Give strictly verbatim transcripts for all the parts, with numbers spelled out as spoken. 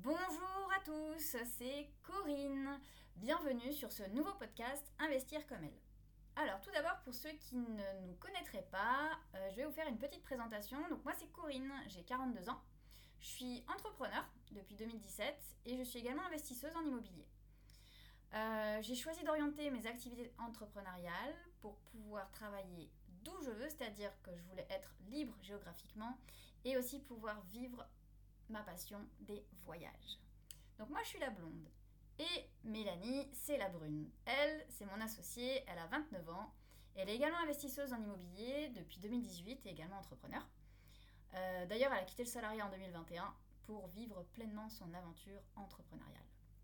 Bonjour à tous, c'est Corinne. Bienvenue sur ce nouveau podcast Investir comme elle. Alors tout d'abord, pour ceux qui ne nous connaîtraient pas, euh, je vais vous faire une petite présentation. Donc moi c'est Corinne, j'ai quarante-deux ans. Je suis entrepreneur depuis deux mille dix-sept et je suis également investisseuse en immobilier. Euh, j'ai choisi d'orienter mes activités entrepreneuriales pour pouvoir travailler d'où je veux, c'est-à-dire que je voulais être libre géographiquement et aussi pouvoir vivre ma passion des voyages. Donc moi je suis la blonde et Mélanie c'est la brune. Elle c'est mon associée, elle a vingt-neuf ans. Elle est également investisseuse en immobilier depuis deux mille dix-huit et également entrepreneur. Euh, d'ailleurs elle a quitté le salariat en deux mille vingt et un pour vivre pleinement son aventure entrepreneuriale.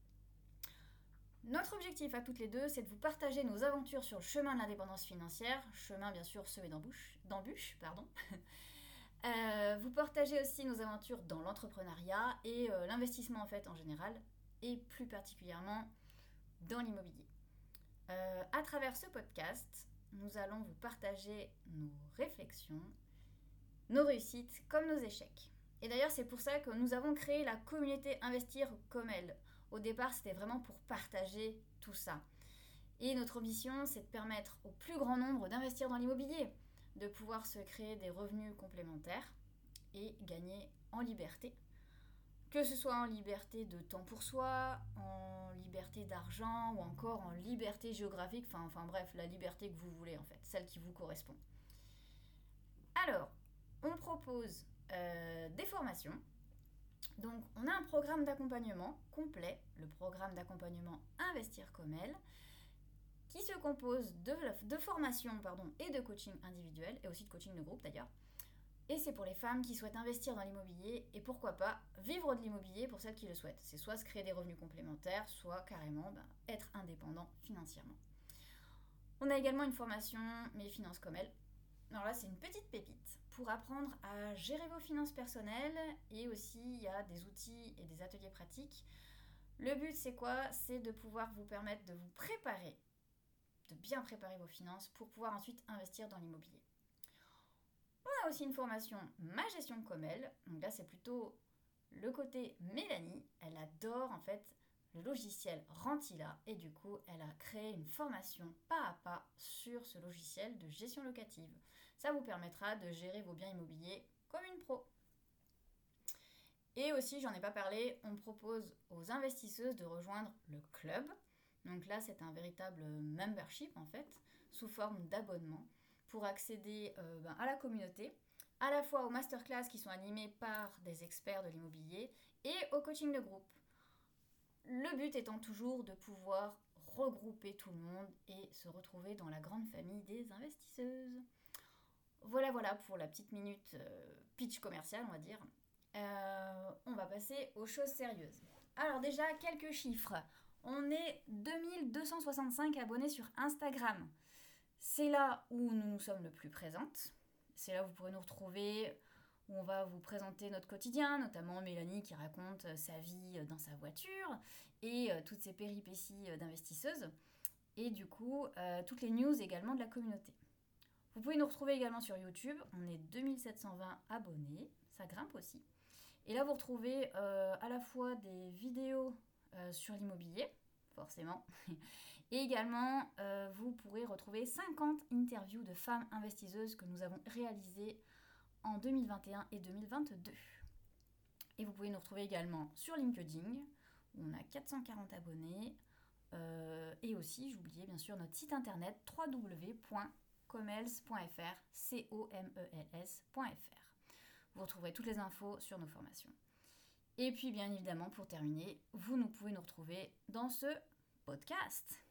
Notre objectif à toutes les deux, c'est de vous partager nos aventures sur le chemin de l'indépendance financière, chemin bien sûr semé d'embûches, d'embûches pardon. Euh, vous partagez aussi nos aventures dans l'entrepreneuriat et euh, l'investissement en fait en général, et plus particulièrement dans l'immobilier. Euh, à travers ce podcast, nous allons vous partager nos réflexions, nos réussites comme nos échecs. Et d'ailleurs, c'est pour ça que nous avons créé la communauté Investir comme elle. Au départ, c'était vraiment pour partager tout ça. Et notre ambition, c'est de permettre au plus grand nombre d'investir dans l'immobilier, de pouvoir se créer des revenus complémentaires et gagner en liberté. Que ce soit en liberté de temps pour soi, en liberté d'argent ou encore en liberté géographique, enfin, enfin bref, la liberté que vous voulez en fait, celle qui vous correspond. Alors, on propose euh, des formations. Donc, on a un programme d'accompagnement complet, le programme d'accompagnement Investir comme elle, qui se compose de, de formation pardon, et de coaching individuel, et aussi de coaching de groupe d'ailleurs. Et c'est pour les femmes qui souhaitent investir dans l'immobilier, et pourquoi pas vivre de l'immobilier pour celles qui le souhaitent. C'est soit se créer des revenus complémentaires, soit carrément ben, être indépendant financièrement. On a également une formation Mes finances comme elle. Alors là, c'est une petite pépite pour apprendre à gérer vos finances personnelles, et aussi il y a des outils et des ateliers pratiques. Le but, c'est quoi ? C'est de pouvoir vous permettre de vous préparer de bien préparer vos finances pour pouvoir ensuite investir dans l'immobilier. On a aussi une formation Ma gestion comme elle. Donc là, c'est plutôt le côté Mélanie. Elle adore en fait le logiciel Rentila et du coup, elle a créé une formation pas à pas sur ce logiciel de gestion locative. Ça vous permettra de gérer vos biens immobiliers comme une pro. Et aussi, j'en ai pas parlé, on propose aux investisseuses de rejoindre le club. Donc là, c'est un véritable membership en fait, sous forme d'abonnement, pour accéder euh, ben, à la communauté, à la fois aux masterclass qui sont animées par des experts de l'immobilier et au coaching de groupe. Le but étant toujours de pouvoir regrouper tout le monde et se retrouver dans la grande famille des investisseuses. Voilà, voilà pour la petite minute euh, pitch commercial, on va dire. Euh, on va passer aux choses sérieuses. Alors déjà, quelques chiffres. On est deux mille deux cent soixante-cinq abonnés sur Instagram. C'est là où nous nous sommes le plus présentes. C'est là où vous pourrez nous retrouver, où on va vous présenter notre quotidien, notamment Mélanie qui raconte sa vie dans sa voiture et toutes ses péripéties d'investisseuse. Et du coup, euh, toutes les news également de la communauté. Vous pouvez nous retrouver également sur YouTube. On est deux mille sept cent vingt abonnés. Ça grimpe aussi. Et là, vous retrouvez euh, à la fois des vidéos Euh, sur l'immobilier, forcément. Et également, euh, vous pourrez retrouver cinquante interviews de femmes investisseuses que nous avons réalisées en deux mille vingt et un et deux mille vingt-deux. Et vous pouvez nous retrouver également sur LinkedIn, où on a quatre cent quarante abonnés. Euh, et aussi, j'oubliais bien sûr notre site internet w w w point comels point f r, C O M E L S point F R. Vous retrouverez toutes les infos sur nos formations. Et puis, bien évidemment, pour terminer, vous nous pouvez nous retrouver dans ce podcast.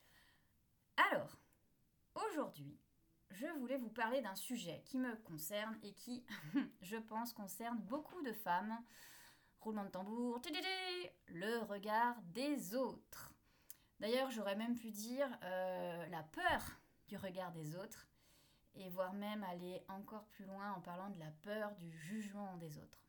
Alors, aujourd'hui, je voulais vous parler d'un sujet qui me concerne et qui, je pense, concerne beaucoup de femmes. Roulement de tambour, le regard des autres. D'ailleurs, j'aurais même pu dire euh, la peur du regard des autres, et voire même aller encore plus loin en parlant de la peur du jugement des autres.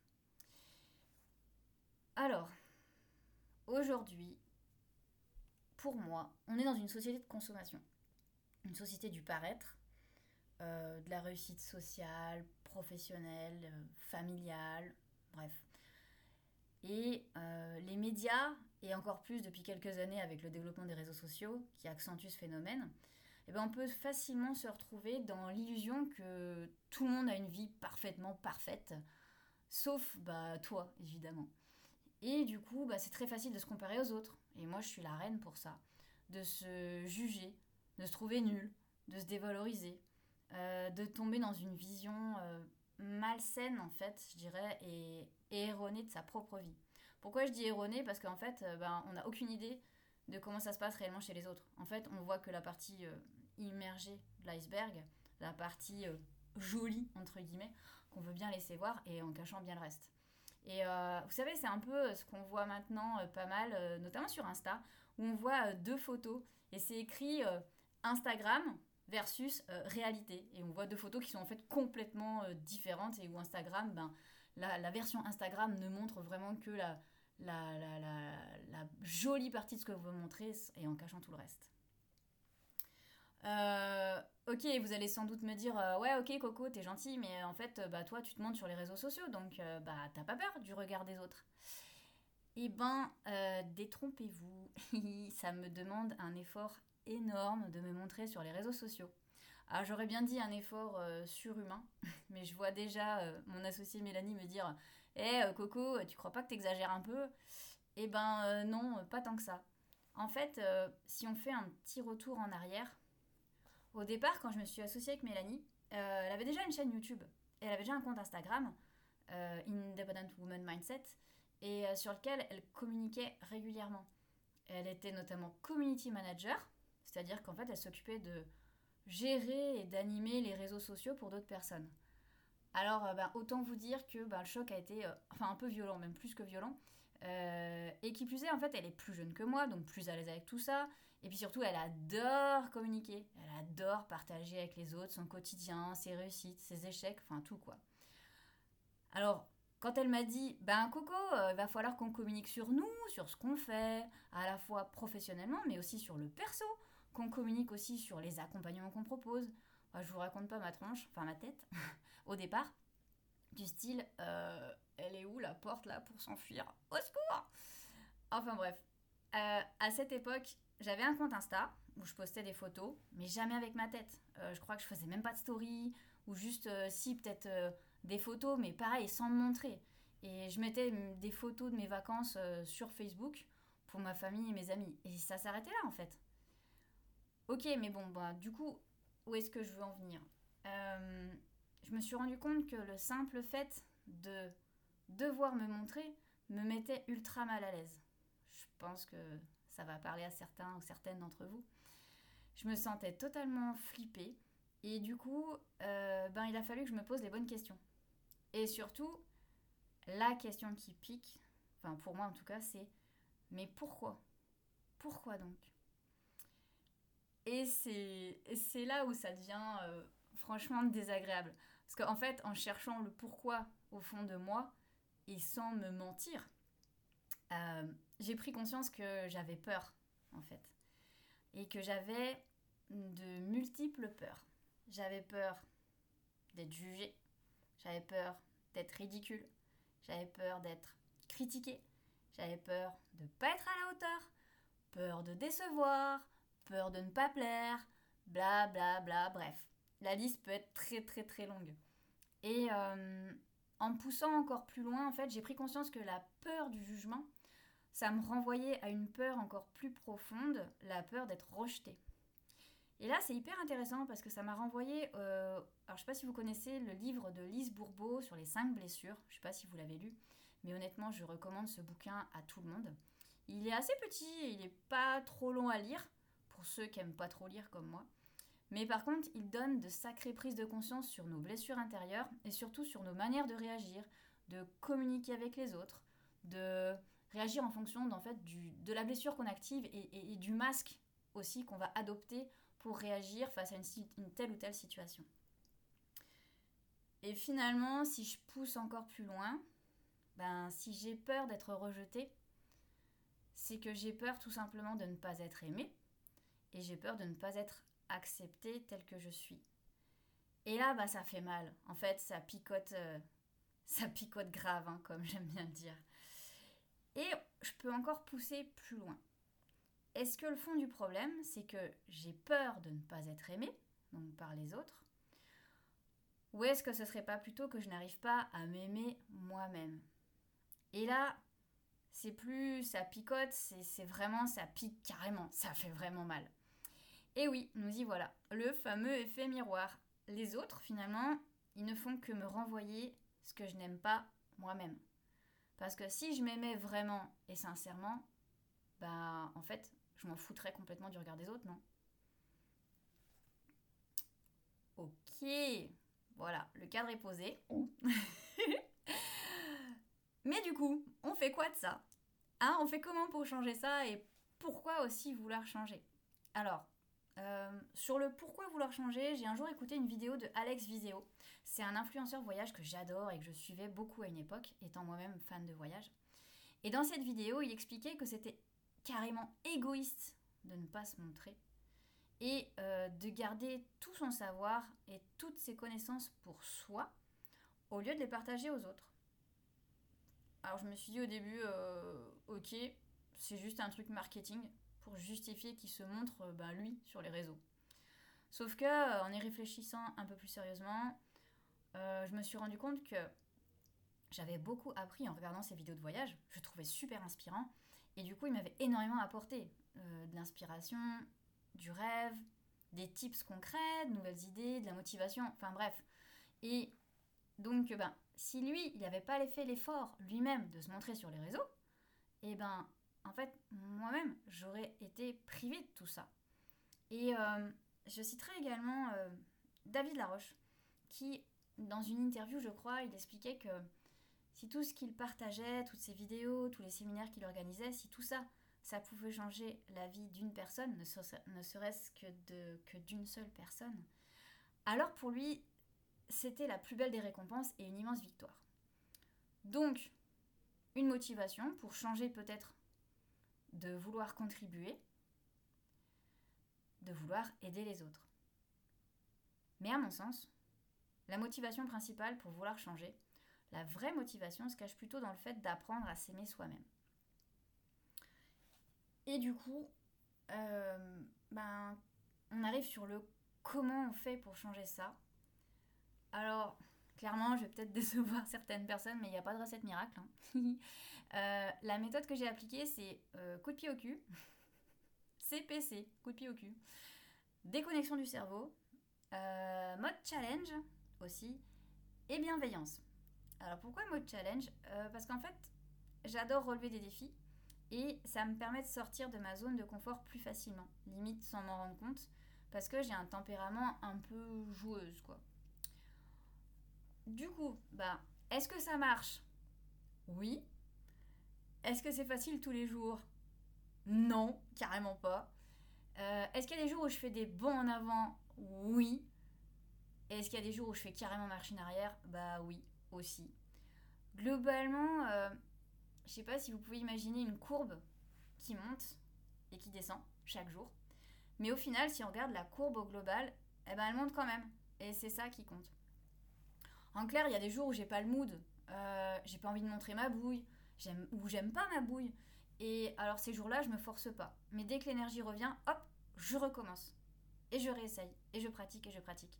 Alors, aujourd'hui, pour moi, on est dans une société de consommation, une société du paraître, euh, de la réussite sociale, professionnelle, euh, familiale, bref. Et euh, médias, et encore plus depuis quelques années avec le développement des réseaux sociaux qui accentue ce phénomène, eh ben on peut facilement se retrouver dans l'illusion que tout le monde a une vie parfaitement parfaite, sauf bah, toi, évidemment. Et du coup, bah, c'est très facile de se comparer aux autres. Et moi, je suis la reine pour ça. De se juger, de se trouver nul, de se dévaloriser, euh, de tomber dans une vision euh, malsaine, en fait, je dirais, et, et erronée de sa propre vie. Pourquoi je dis erronée? Parce qu'en fait, euh, ben, on n'a aucune idée de comment ça se passe réellement chez les autres. En fait, on voit que la partie euh, immergée de l'iceberg, la partie euh, jolie, entre guillemets, qu'on veut bien laisser voir, et en cachant bien le reste. Et euh, vous savez, c'est un peu ce qu'on voit maintenant euh, pas mal, euh, notamment sur Insta, où on voit euh, deux photos et c'est écrit euh, Instagram versus euh, réalité. Et on voit deux photos qui sont en fait complètement euh, différentes et où Instagram, ben, la, la version Instagram ne montre vraiment que la, la, la, la, la jolie partie de ce que vous montrez et en cachant tout le reste. Euh, ok, vous allez sans doute me dire euh, ouais, ok, Coco, t'es gentil, mais en fait, euh, bah toi, tu te montres sur les réseaux sociaux, donc euh, bah t'as pas peur du regard des autres. Eh ben, euh, détrompez-vous, ça me demande un effort énorme de me montrer sur les réseaux sociaux. Alors j'aurais bien dit un effort euh, surhumain, mais je vois déjà euh, mon associée Mélanie me dire hé hey, euh, Coco, tu crois pas que t'exagères un peu? Eh ben euh, non, pas tant que ça. En fait, euh, si on fait un petit retour en arrière, au départ, quand je me suis associée avec Mélanie, euh, elle avait déjà une chaîne YouTube et elle avait déjà un compte Instagram, euh, Independent Woman Mindset, et euh, sur lequel elle communiquait régulièrement. Elle était notamment community manager, c'est-à-dire qu'en fait, elle s'occupait de gérer et d'animer les réseaux sociaux pour d'autres personnes. Alors, euh, bah, autant vous dire que bah, le choc a été euh, enfin, un peu violent, même plus que violent. Euh, et qui plus est, en fait, elle est plus jeune que moi, donc plus à l'aise avec tout ça. Et puis surtout, elle adore communiquer. Elle adore partager avec les autres son quotidien, ses réussites, ses échecs, enfin tout quoi. Alors, quand elle m'a dit, ben Coco, euh, il va falloir qu'on communique sur nous, sur ce qu'on fait, à la fois professionnellement, mais aussi sur le perso, qu'on communique aussi sur les accompagnements qu'on propose. Moi, je vous raconte pas ma tronche, enfin ma tête, au départ, du style, euh, elle est où la porte là pour s'enfuir? Au secours! Enfin bref, euh, à cette époque, j'avais un compte Insta où je postais des photos, mais jamais avec ma tête. Euh, je crois que je faisais même pas de story, ou juste, euh, si, peut-être euh, des photos, mais pareil, sans me montrer. Et je mettais des photos de mes vacances euh, sur Facebook pour ma famille et mes amis. Et ça s'arrêtait là, en fait. Ok, mais bon, bah, du coup, où est-ce que je veux en venir? Euh, Je me suis rendu compte que le simple fait de devoir me montrer me mettait ultra mal à l'aise. Je pense que ça va parler à certains ou certaines d'entre vous. Je me sentais totalement flippée et du coup, euh, ben, il a fallu que je me pose les bonnes questions. Et surtout, la question qui pique, enfin pour moi en tout cas, c'est mais pourquoi? Pourquoi donc? Et c'est, c'est là où ça devient euh, franchement désagréable. Parce qu'en fait, en cherchant le pourquoi au fond de moi, et sans me mentir, euh, j'ai pris conscience que j'avais peur, en fait. Et que j'avais de multiples peurs. J'avais peur d'être jugée, j'avais peur d'être ridicule, j'avais peur d'être critiquée, j'avais peur de ne pas être à la hauteur, peur de décevoir, peur de ne pas plaire, bla bla bla, bref. La liste peut être très très très longue. Et euh, en me poussant encore plus loin, en fait, j'ai pris conscience que la peur du jugement, ça me renvoyait à une peur encore plus profonde, la peur d'être rejetée. Et là, c'est hyper intéressant parce que ça m'a renvoyé... Euh, alors, je ne sais pas si vous connaissez le livre de Lise Bourbeau sur les cinq blessures. Je ne sais pas si vous l'avez lu, mais honnêtement, je recommande ce bouquin à tout le monde. Il est assez petit et il n'est pas trop long à lire, pour ceux qui n'aiment pas trop lire comme moi. Mais par contre, il donne de sacrées prises de conscience sur nos blessures intérieures et surtout sur nos manières de réagir, de communiquer avec les autres, de réagir en fonction en fait, du, de la blessure qu'on active et, et, et du masque aussi qu'on va adopter pour réagir face à une, une telle ou telle situation. Et finalement, si je pousse encore plus loin, ben, si j'ai peur d'être rejetée, c'est que j'ai peur tout simplement de ne pas être aimée et j'ai peur de ne pas être acceptée telle que je suis. Et là, bah, ça fait mal. En fait, ça picote, euh, ça picote grave, hein, comme j'aime bien dire. Et je peux encore pousser plus loin. Est-ce que le fond du problème, c'est que j'ai peur de ne pas être aimée, donc par les autres, ou est-ce que ce serait pas plutôt que je n'arrive pas à m'aimer moi-même? Et là, c'est plus, ça picote, c'est, c'est vraiment, ça pique carrément, ça fait vraiment mal. Et oui, nous y voilà, le fameux effet miroir. Les autres, finalement, ils ne font que me renvoyer ce que je n'aime pas moi-même. Parce que si je m'aimais vraiment et sincèrement, bah en fait, je m'en foutrais complètement du regard des autres, non? Ok, voilà, le cadre est posé. Mais du coup, on fait quoi de ça? Hein, on fait comment pour changer ça et pourquoi aussi vouloir changer? Alors, euh, sur le pourquoi vouloir changer, j'ai un jour écouté une vidéo de Alex Viseo. C'est un influenceur voyage que j'adore et que je suivais beaucoup à une époque, étant moi-même fan de voyage. Et dans cette vidéo, il expliquait que c'était carrément égoïste de ne pas se montrer et euh, de garder tout son savoir et toutes ses connaissances pour soi au lieu de les partager aux autres. Alors je me suis dit au début, euh, ok, c'est juste un truc marketing pour justifier qu'il se montre euh, ben, lui sur les réseaux. Sauf que euh, en y réfléchissant un peu plus sérieusement, euh, je me suis rendu compte que j'avais beaucoup appris en regardant ces vidéos de voyage. Je le trouvais super inspirant et du coup il m'avait énormément apporté euh, de l'inspiration, du rêve, des tips concrets, de nouvelles idées, de la motivation, enfin bref. Et donc, ben, si lui, il n'avait pas fait l'effort lui-même de se montrer sur les réseaux, et ben, en fait, moi-même, j'aurais été privée de tout ça. Et euh, je citerai également euh, David Laroche, qui, dans une interview, je crois, il expliquait que si tout ce qu'il partageait, toutes ses vidéos, tous les séminaires qu'il organisait, si tout ça, ça pouvait changer la vie d'une personne, ne serait-ce que, de, que d'une seule personne, alors pour lui, c'était la plus belle des récompenses et une immense victoire. Donc, une motivation pour changer peut-être de vouloir contribuer, de vouloir aider les autres. Mais à mon sens, la motivation principale pour vouloir changer, la vraie motivation se cache plutôt dans le fait d'apprendre à s'aimer soi-même. Et du coup, euh, ben, on arrive sur le comment on fait pour changer ça. Alors, clairement, je vais peut-être décevoir certaines personnes, mais il n'y a pas de recette miracle. Hein. euh, la méthode que j'ai appliquée, c'est euh, coup de pied au cul, C P C, coup de pied au cul, déconnexion du cerveau, euh, mode challenge aussi, et bienveillance. Alors pourquoi mode challenge euh, Parce qu'en fait, j'adore relever des défis, et ça me permet de sortir de ma zone de confort plus facilement, limite sans m'en rendre compte, parce que j'ai un tempérament un peu joueuse, quoi. Du coup, bah, est-ce que ça marche? Oui. Est-ce que c'est facile tous les jours? Non, carrément pas. Euh, est-ce qu'il y a des jours où je fais des bons en avant? Oui. Et est-ce qu'il y a des jours où je fais carrément machine arrière? Bah oui, aussi. Globalement, euh, je sais pas si vous pouvez imaginer une courbe qui monte et qui descend chaque jour. Mais au final, si on regarde la courbe au global, eh ben elle monte quand même. Et c'est ça qui compte. En clair, il y a des jours où j'ai pas le mood, euh, j'ai pas envie de montrer ma bouille, j'aime, ou j'aime pas ma bouille. Et alors ces jours-là, je me force pas. Mais dès que l'énergie revient, hop, je recommence. Et je réessaye, et je pratique, et je pratique.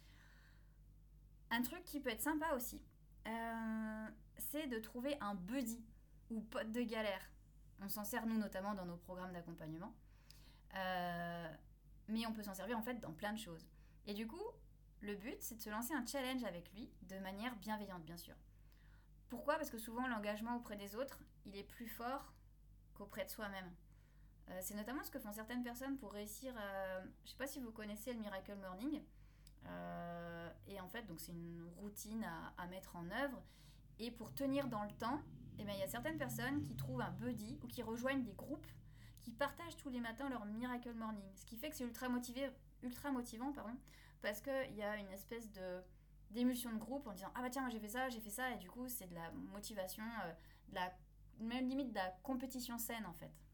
Un truc qui peut être sympa aussi, euh, c'est de trouver un buddy ou pote de galère. On s'en sert nous notamment dans nos programmes d'accompagnement. Euh, mais on peut s'en servir en fait dans plein de choses. Et du coup, le but, c'est de se lancer un challenge avec lui, de manière bienveillante, bien sûr. Pourquoi? Parce que souvent, l'engagement auprès des autres, il est plus fort qu'auprès de soi-même. Euh, c'est notamment ce que font certaines personnes pour réussir à... Je ne sais pas si vous connaissez le Miracle Morning. Euh, et en fait, donc c'est une routine à, à mettre en œuvre. Et pour tenir dans le temps, eh bien, il y a certaines personnes qui trouvent un buddy ou qui rejoignent des groupes qui partagent tous les matins leur Miracle Morning. Ce qui fait que c'est ultra, motivé, ultra motivant, pardon, parce qu'il y a une espèce de, d'émulsion de groupe en disant « Ah bah tiens, moi j'ai fait ça, j'ai fait ça », et du coup c'est de la motivation, euh, de la, même limite de la compétition saine en fait.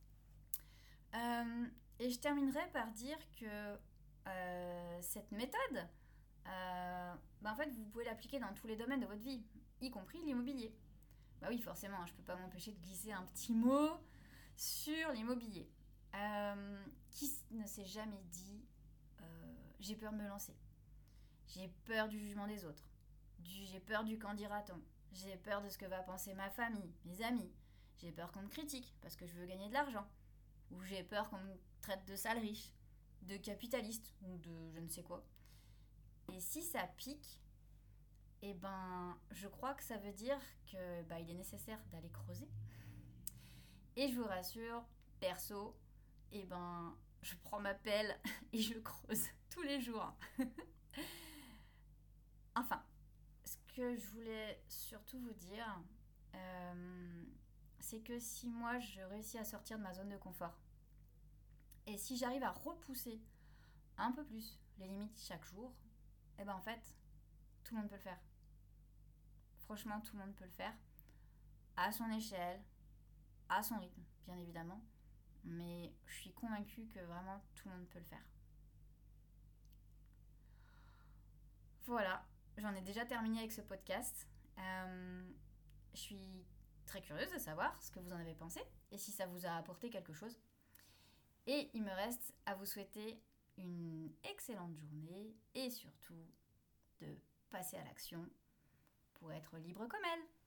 Euh, et je terminerai par dire que euh, cette méthode, euh, bah en fait vous pouvez l'appliquer dans tous les domaines de votre vie, y compris l'immobilier. bah oui, forcément, hein, je peux pas m'empêcher de glisser un petit mot sur l'immobilier. Euh, qui ne s'est jamais dit euh, j'ai peur de me lancer, j'ai peur du jugement des autres, du, j'ai peur du qu'en dira-t-on, j'ai peur de ce que va penser ma famille, mes amis, j'ai peur qu'on me critique parce que je veux gagner de l'argent, ou j'ai peur qu'on me traite de sale riche, de capitaliste, ou de je ne sais quoi. Et si ça pique, eh ben, je crois que ça veut dire que bah, il est nécessaire d'aller creuser. Et je vous rassure, perso, eh ben, je prends ma pelle et je creuse tous les jours. Enfin, ce que je voulais surtout vous dire, euh, c'est que si moi je réussis à sortir de ma zone de confort, et si j'arrive à repousser un peu plus les limites chaque jour, eh ben en fait, tout le monde peut le faire. Franchement, tout le monde peut le faire, à son échelle, à son rythme, bien évidemment. Mais je suis convaincue que vraiment tout le monde peut le faire. Voilà, j'en ai déjà terminé avec ce podcast. Euh, je suis très curieuse de savoir ce que vous en avez pensé et si ça vous a apporté quelque chose. Et il me reste à vous souhaiter une excellente journée et surtout de passer à l'action pour être libre comme elle.